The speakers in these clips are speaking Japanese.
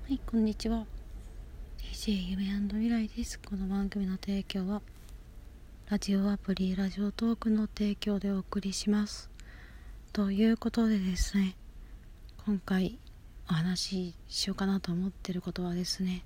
はい、こんにちは。 DJ 夢&未来です。この番組の提供はラジオアプリラジオトークの提供でお送りします。ということでですね、今回お話ししようかなと思っていることはですね、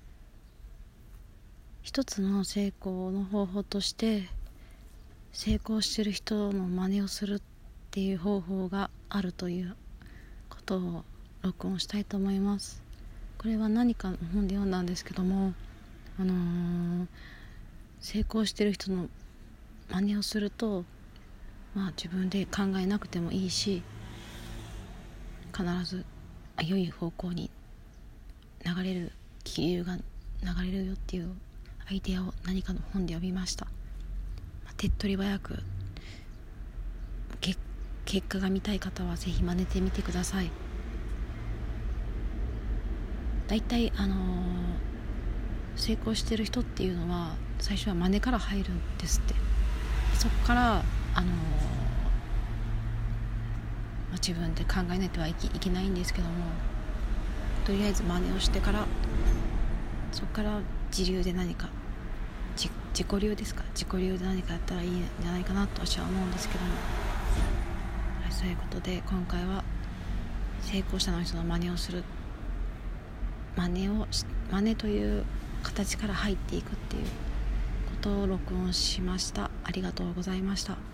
一つの成功の方法として成功している人の真似をするっていう方法があるということを録音したいと思います。これは何かの本で読んだんですけども、成功してる人の真似をすると、自分で考えなくてもいいし、必ず良い方向に流れる気流が流れるよっていうアイデアを何かの本で読みました。手っ取り早く結果が見たい方はぜひ真似てみてください。だいたい成功してる人っていうのは最初は真似から入るんですって。そこから自分で考えないとはいけないんですけども、とりあえず真似をしてから、そこから自流で何か自己流ですか、自己流で何かやったらいいんじゃないかなと私は思うんですけども、そういうことで今回は成功者の人の真似をする、真似という形から入っていくっていうことを録音しました。ありがとうございました。